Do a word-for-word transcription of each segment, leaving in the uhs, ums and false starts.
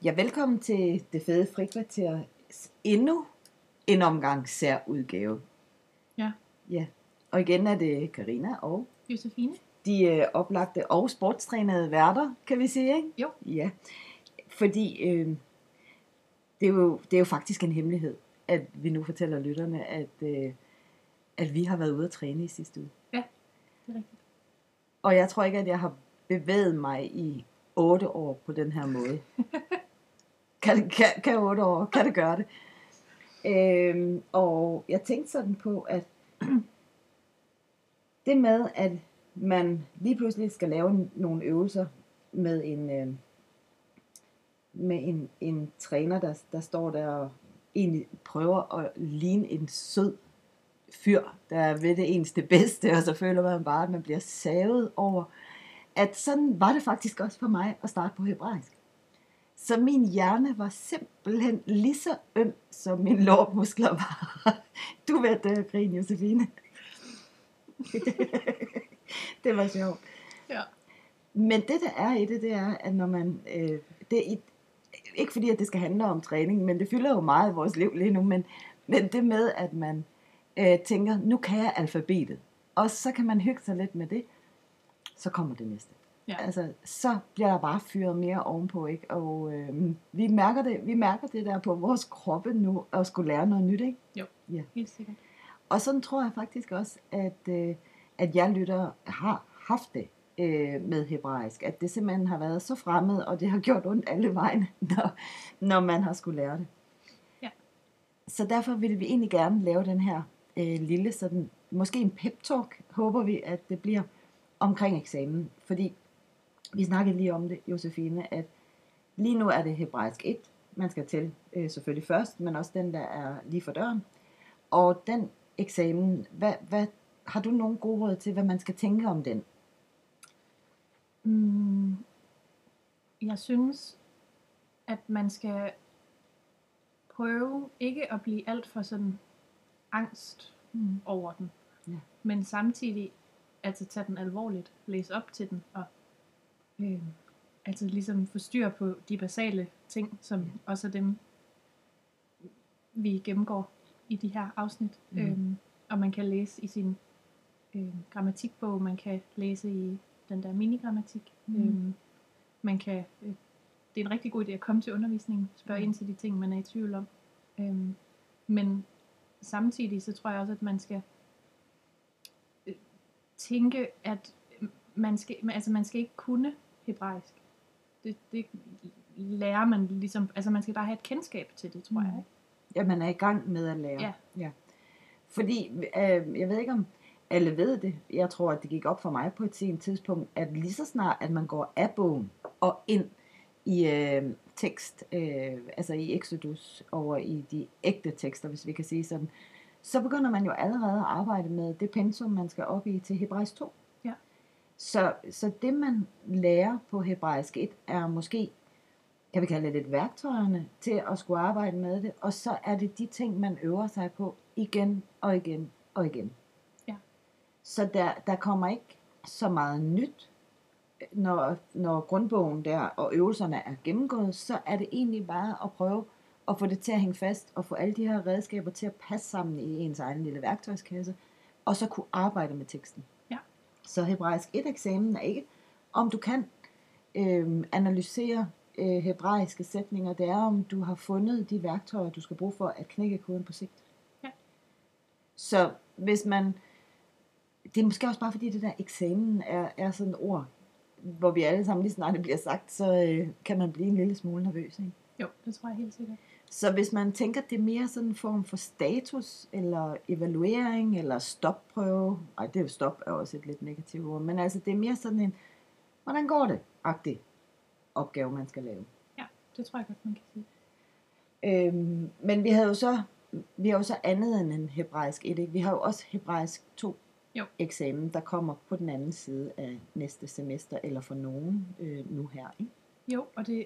Ja, velkommen til Det Fede Frikvarter. Endnu en omgang særudgave. Ja. Ja, og igen er det Karina og Josefine. de øh, oplagte og sportstrænede værter, kan vi sige, ikke? Jo. Ja, fordi øh, det, er jo, det er jo faktisk en hemmelighed, at vi nu fortæller lytterne, at, øh, at vi har været ude at træne i sidste uge. Ja, det er rigtigt. Og jeg tror ikke, at jeg har bevæget mig i otte år på den her måde. Kan, kan, kan otte år, kan det gøre det? Øhm, og jeg tænkte sådan på, at det med, at man lige pludselig skal lave nogle øvelser med en, øh, med en, en træner, der, der står der og egentlig prøver at ligne en sød fyr, der ved det ens det bedste, og så føler man bare, at man bliver savet over, at sådan var det faktisk også for mig at starte på hebraisk. Så min hjerne var simpelthen lige så øm, som min lårmuskler var. Du ved det, grin, Josefine. Det var sjovt. Ja. Men det, der er i det, det er, at når man... Øh, det er ikke fordi, at det skal handle om træning, men det fylder jo meget i vores liv lige nu, men, men det med, at man øh, tænker, nu kan jeg alfabetet, og så kan man hygge sig lidt med det, så kommer det næste. Ja. Altså, så bliver der bare fyret mere ovenpå, ikke? Og øh, vi, mærker det, vi mærker det der på vores kroppe nu, at skulle lære noget nyt, ikke? Jo, ja. Helt sikkert. Og sådan tror jeg faktisk også, at, øh, at jeg lytter har haft det øh, med hebraisk. At det simpelthen har været så fremmed, og det har gjort ondt alle vejen, når, når man har skulle lære det. Ja. Så derfor vil vi egentlig gerne lave den her øh, lille, sådan, måske en pep-talk, håber vi, at det bliver omkring eksamen. Fordi vi snakkede lige om det, Josefine, at lige nu er det hebraisk et, man skal til øh, selvfølgelig først, men også den, der er lige for døren. Og den eksamen, hvad, hvad, har du nogle gode råd til, hvad man skal tænke om den? Mm, jeg synes, at man skal prøve ikke at blive alt for sådan angst mm. over den, ja. men samtidig altså tage den alvorligt, læse op til den og øh, altså ligesom få styr på de basale ting, som ja. også er dem, vi gennemgår i de her afsnit. Mm. Øhm, og man kan læse i sin øh, grammatikbog, man kan læse i den der minigrammatik. Mm. Øhm, man kan, øh, det er en rigtig god idé at komme til undervisningen, spørge mm. ind til de ting, man er i tvivl om. Øhm, men samtidig så tror jeg også, at man skal øh, tænke, at man skal, altså man skal ikke kunne hebraisk. Det, det lærer man ligesom, altså man skal bare have et kendskab til det, tror mm. jeg. Ikke? Ja, man er i gang med at lære. Ja. ja. Fordi, øh, jeg ved ikke om alle ved det, jeg tror, at det gik op for mig på et sent tidspunkt, at lige så snart, at man går af bogen og ind i øh, tekst, øh, altså i Exodus, over i de ægte tekster, hvis vi kan sige sådan, så begynder man jo allerede at arbejde med det pensum, man skal op i til hebraisk to. Ja. Så, så det, man lærer på hebraisk et, er måske, kan vi kalde det lidt værktøjerne til at skulle arbejde med det, og så er det de ting, man øver sig på igen og igen og igen. Ja. Så der, der kommer ikke så meget nyt, når, når grundbogen der og øvelserne er gennemgået, så er det egentlig bare at prøve at få det til at hænge fast, og få alle de her redskaber til at passe sammen i ens egen lille værktøjskasse, og så kunne arbejde med teksten. Ja. Så hebraisk et eksamen er ikke, om du kan øh, analysere øh, hebraiske sætninger, det er om du har fundet de værktøjer, du skal bruge for at knække koden på sigt. Ja. Så hvis man, det er måske også bare fordi det der eksamen er, er sådan et ord, hvor vi alle sammen lige snart det bliver sagt, så øh, kan man blive en lille smule nervøs, ikke? Jo, det tror jeg helt sikkert. Så hvis man tænker, det er mere sådan en form for status, eller evaluering, eller stopprøve, ej, det er jo stop er også et lidt negativt ord, men altså det er mere sådan en, hvordan går det, agtig opgave, man skal lave. Ja, det tror jeg godt, man kan sige. Øhm, men vi havde jo så, vi har jo så andet end en hebraisk et, ikke? Vi har jo også hebraisk to jo. eksamen, der kommer på den anden side af næste semester, eller for nogen øh, nu her, ikke? Jo, og det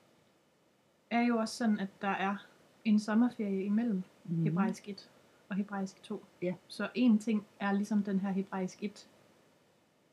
er jo også sådan, at der er en sommerferie imellem mm. hebraisk et og hebraisk to. Ja. Så en ting er ligesom den her hebraisk et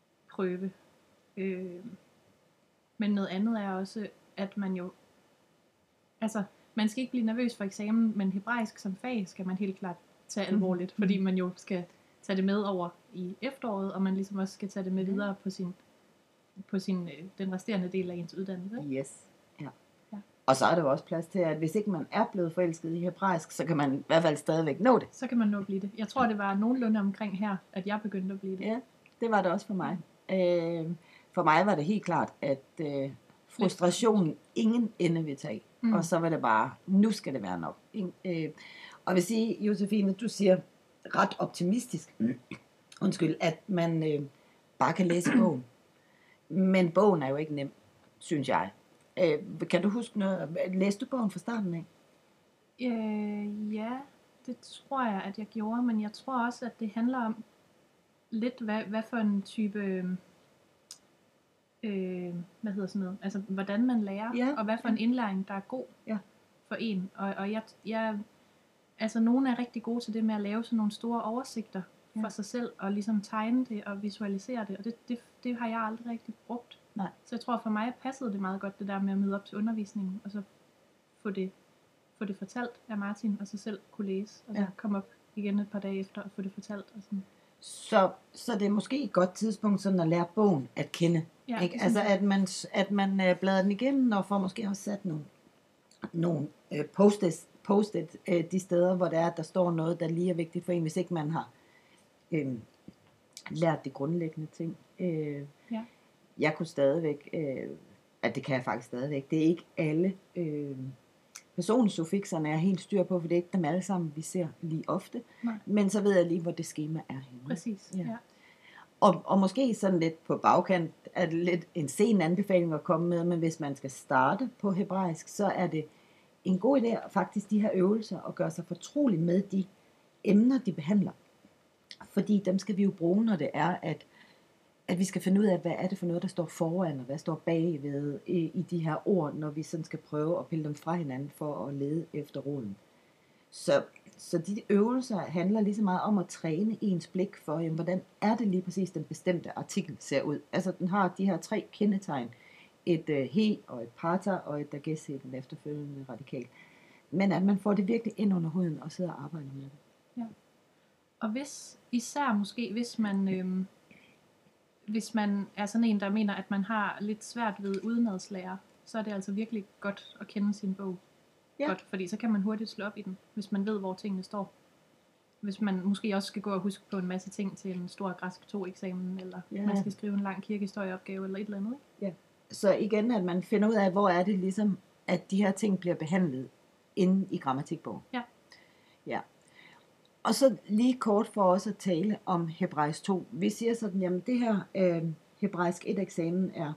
prøve. Øh, men noget andet er også, at man jo altså, man skal ikke blive nervøs for eksamen, men hebraisk som fag skal man helt klart tage alvorligt, mm. fordi man jo skal tage det med over i efteråret, og man ligesom også skal tage det med videre på sin, på sin den resterende del af ens uddannelse. Yes, ja. ja. Og så er der jo også plads til, at hvis ikke man er blevet forelsket i hebraisk, så kan man i hvert fald stadigvæk nå det. Så kan man nå at blive det. Jeg tror, det var nogenlunde omkring her, at jeg begyndte at blive det. Ja, det var det også for mig. Øh, for mig var det helt klart, at øh, frustrationen ingen ende vil tage. Mm. Og så var det bare, nu skal det være nok. Øh, og jeg vil sige, Josefine, du siger ret optimistisk, mm. undskyld, at man øh, bare kan læse bogen. Men bogen er jo ikke nem, synes jeg. Øh, kan du huske noget? Læste du bogen fra starten af? Øh, ja, det tror jeg, at jeg gjorde, men jeg tror også, at det handler om lidt, hvad, hvad for en type, øh, hvad hedder sådan noget, altså hvordan man lærer, ja, og hvad for en indlæring, der er god ja. for en. Og, og jeg, jeg, altså nogle er rigtig gode til det med at lave sådan nogle store oversigter ja. for sig selv, og ligesom tegne det og visualisere det, og det, det, det har jeg aldrig rigtig brugt. Nej. Så jeg tror for mig passede det meget godt, det der med at møde op til undervisningen, og så få det, få det fortalt af Martin, og så selv kunne læse, og så ja. komme op igen et par dage efter og få det fortalt. Og sådan. Så, så det er måske et godt tidspunkt sådan at lære bogen at kende. Ja, ikke? Altså at man, at man uh, bladrer den igennem og får måske også sat nogle, nogle uh, post-it, post-it uh, de steder, hvor der, er, der står noget, der lige er vigtigt for en, hvis ikke man har uh, lært de grundlæggende ting. Uh, ja. Jeg kunne stadigvæk, uh, at det kan jeg faktisk stadigvæk, det er ikke alle uh, personsufikserne er helt styr på, for det er ikke dem alle sammen, vi ser lige ofte. Nej. Men så ved jeg lige, hvor det skema er henne. Præcis, ja. ja. Og, og måske sådan lidt på bagkant, er det lidt en sen anbefaling at komme med, men hvis man skal starte på hebraisk, så er det en god idé faktisk de her øvelser, og gøre sig fortrolig med de emner, de behandler. Fordi dem skal vi jo bruge, når det er, at, at vi skal finde ud af, hvad er det for noget, der står foran, og hvad står bagved i, i de her ord, når vi sådan skal prøve at pille dem fra hinanden for at lede efter roden. Så, så de øvelser handler lige så meget om at træne ens blik for, jamen, hvordan er det lige præcis, den bestemte artikel ser ud. Altså den har de her tre kendetegn. Et uh, he og et pata og et dagese, den efterfølgende radikal. Men at man får det virkelig ind under huden og sidder og arbejder med det. Ja. Og hvis, især måske, hvis man, øhm, hvis man er sådan en, der mener, at man har lidt svært ved udenadslære, så er det altså virkelig godt at kende sin bog. Ja. Godt, fordi så kan man hurtigt slå op i den, hvis man ved, hvor tingene står. Hvis man måske også skal gå og huske på en masse ting til en stor græsk to eksamen, eller ja. man skal skrive en lang kirkehistorieopgave, eller et eller andet. Ikke? Ja. Så igen, at man finder ud af, hvor er det ligesom, at de her ting bliver behandlet inde i grammatikbogen. Ja. Ja. Og så lige kort for os at tale om hebraisk to. Vi siger sådan, jamen det her øh, hebraisk et eksamen er,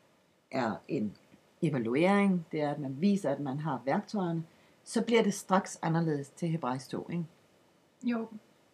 er en evaluering, det er, at man viser, at man har værktøjerne, så bliver det straks anderledes til hebraisk to, ikke? Jo.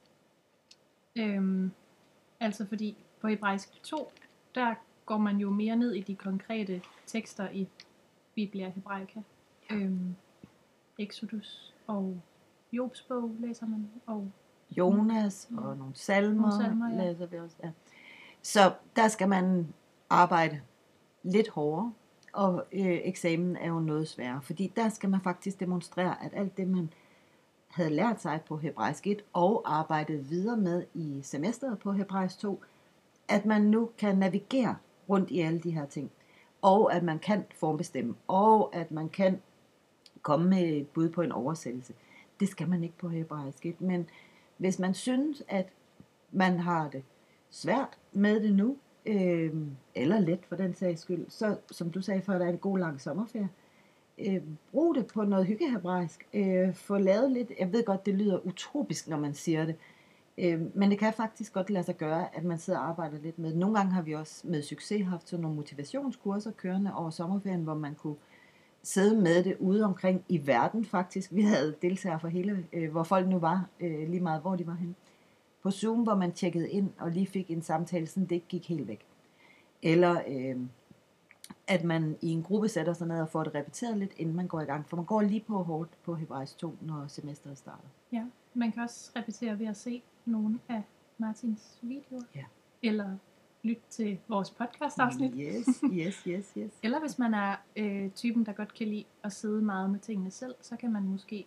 Øhm, altså fordi på hebraisk to, der går man jo mere ned i de konkrete tekster i Biblia Hebraica. Øhm, Exodus og Jobs bog læser man, og Jonas og ja. nogle salmer, nogle salmer ja. læser vi også. Ja. Så der skal man arbejde lidt hårdere, og øh, eksamen er jo noget sværere, fordi der skal man faktisk demonstrere, at alt det, man havde lært sig på hebraisk et, og arbejdet videre med i semesteret på hebraisk to, at man nu kan navigere rundt i alle de her ting, og at man kan formbestemme, og at man kan komme med et bud på en oversættelse. Det skal man ikke på hebraisk et, men hvis man synes, at man har det svært med det nu, øh, eller let for den sags skyld, så som du sagde før, der er en god lang sommerferie, øh, brug det på noget hyggehebraisk, øh, få lavet lidt, jeg ved godt, det lyder utopisk, når man siger det, øh, men det kan faktisk godt lade sig gøre, at man sidder og arbejder lidt med det. Nogle gange har vi også med succes haft sådan nogle motivationskurser kørende over sommerferien, hvor man kunne sidde med det ude omkring i verden faktisk. Vi havde deltagere for hele, øh, hvor folk nu var, øh, lige meget hvor de var henne. På Zoom, hvor man tjekkede ind og lige fik en samtale, sådan det ikke gik helt væk. Eller øh, at man i en gruppe sætter sig ned og får det repeteret lidt, inden man går i gang. For man går lige på hårdt på hebraisk to, når semesteret starter. Ja, man kan også repetere ved at se nogle af Martins videoer. Ja. Eller lytte til vores podcast-afsnit. Yes, yes, yes, yes. Eller hvis man er øh, typen, der godt kan lide at sidde meget med tingene selv, så kan man måske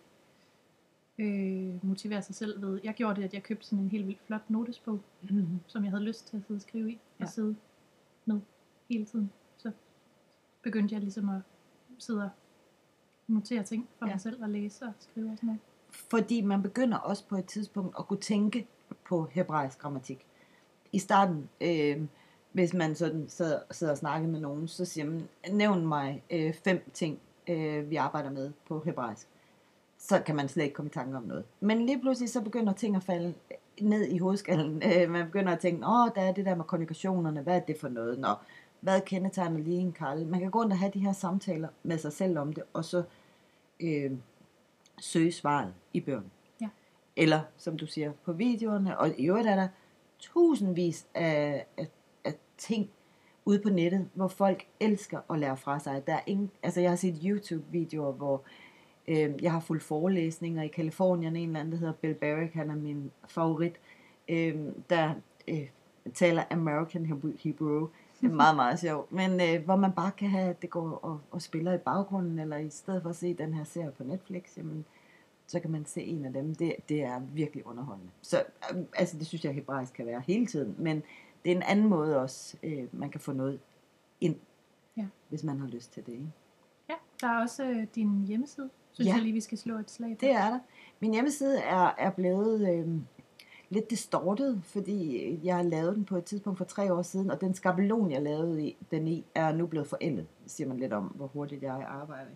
øh, motivere sig selv ved. Jeg gjorde det, at jeg købte sådan en helt vildt flot notesbog, Mm-hmm. som jeg havde lyst til at sidde og skrive i, Ja. og sidde med hele tiden. Så begyndte jeg ligesom at sidde og notere ting for Ja. ja. mig selv og læse og skrive og sådan noget. Fordi man begynder også på et tidspunkt at kunne tænke på hebraisk grammatik. I starten, øh, hvis man sådan sidder, sidder og snakker med nogen, så siger man, nævn mig øh, fem ting, øh, vi arbejder med på hebraisk. Så kan man slet ikke komme i tanke om noget. Men lige pludselig så begynder ting at falde ned i hovedskallen. Øh, man begynder at tænke, åh, der er det der med konjugationerne, hvad er det for noget? Nå, hvad kendetegner lige en karl? Man kan gå rundt og have de her samtaler med sig selv om det, og så øh, søge svaret i bøgerne. Ja. Eller, som du siger, på videoerne, og i øvrigt er der tusindvis af, af, af ting ude på nettet, hvor folk elsker at lære fra sig. Der er ingen, altså jeg har set YouTube-videoer, hvor øh, jeg har fulgt forelæsninger i Californien, en eller anden, der hedder Bill Barrick, han er min favorit, øh, der øh, taler American Hebrew. Det er meget, meget sjovt. Men øh, hvor man bare kan have, det går og, og spiller i baggrunden, eller i stedet for at se den her serie på Netflix, jamen, så kan man se en af dem. Det, det er virkelig underholdende. Så øh, altså, det synes jeg, hebraisk kan være hele tiden. Men det er en anden måde også, øh, man kan få noget ind, Ja. hvis man har lyst til det. Ikke? Ja, der er også øh, din hjemmeside, synes Ja. jeg lige, vi skal slå et slag for. Det er der. Min hjemmeside er, er blevet øh, lidt distortet, fordi jeg har lavet den på et tidspunkt for tre år siden, og den skabelon, jeg lavede i, den i, er nu blevet forældet. Det siger man lidt om, hvor hurtigt jeg arbejder.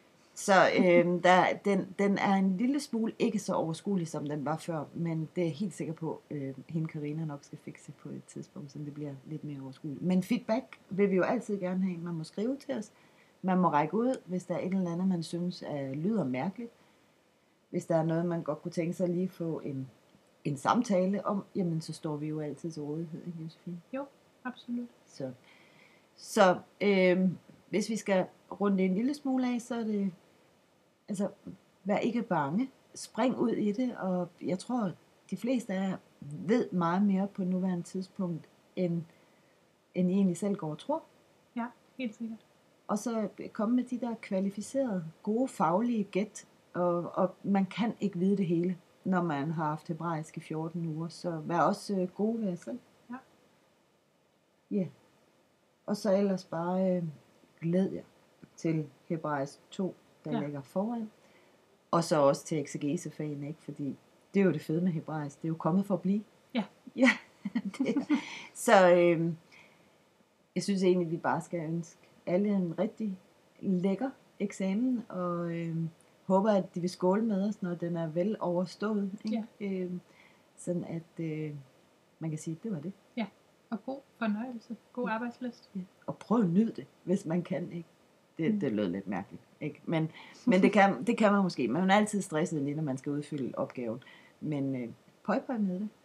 Så øh, der, den, den er en lille smule ikke så overskuelig, som den var før, men det er jeg helt sikker på, øh, hende Karina nok skal fikse på et tidspunkt, så det bliver lidt mere overskueligt. Men feedback vil vi jo altid gerne have. Man må skrive til os. Man må række ud, hvis der er et eller andet, man synes er, lyder mærkeligt. Hvis der er noget, man godt kunne tænke sig lige at få en, en samtale om, jamen så står vi jo altid til rådighed, ikke Josefine? Jo, absolut. Så, så øh, hvis vi skal runde en lille smule af, så er det, altså, vær ikke bange. Spring ud i det, og jeg tror, de fleste af jer ved meget mere på nuværende tidspunkt, end, end I egentlig selv går og tror. Ja, helt sikkert. Og så komme med de der kvalificerede, gode, faglige gæt. Og, og man kan ikke vide det hele, når man har haft hebraisk i fjorten uger. Så vær også øh, gode ved jer selv. Ja. Ja. Yeah. Og så ellers bare øh, glæd jer til hebraisk to, der Ja. ja. ligger foran. Og så også til eksegesefagen, ikke? Fordi det er jo det fede med hebraisk. Det er jo kommet for at blive. Ja. Ja. det er. Så øh, jeg synes egentlig, at vi bare skal ønske alle en rigtig lækker eksamen, og øh, håber, at de vil skåle med os, når den er vel overstået. Ikke? Ja. Øh, sådan at øh, man kan sige, at det var det. Ja, og god fornøjelse. God arbejdslyst. Ja. Og prøv at nyde det, hvis man kan. Ikke? Det, Mm. det lød lidt mærkeligt. Ikke? Men, men det, kan, det kan man måske. Man er altid stresset lige, når man skal udfylde opgaven. Men øh, pøj pøj med det.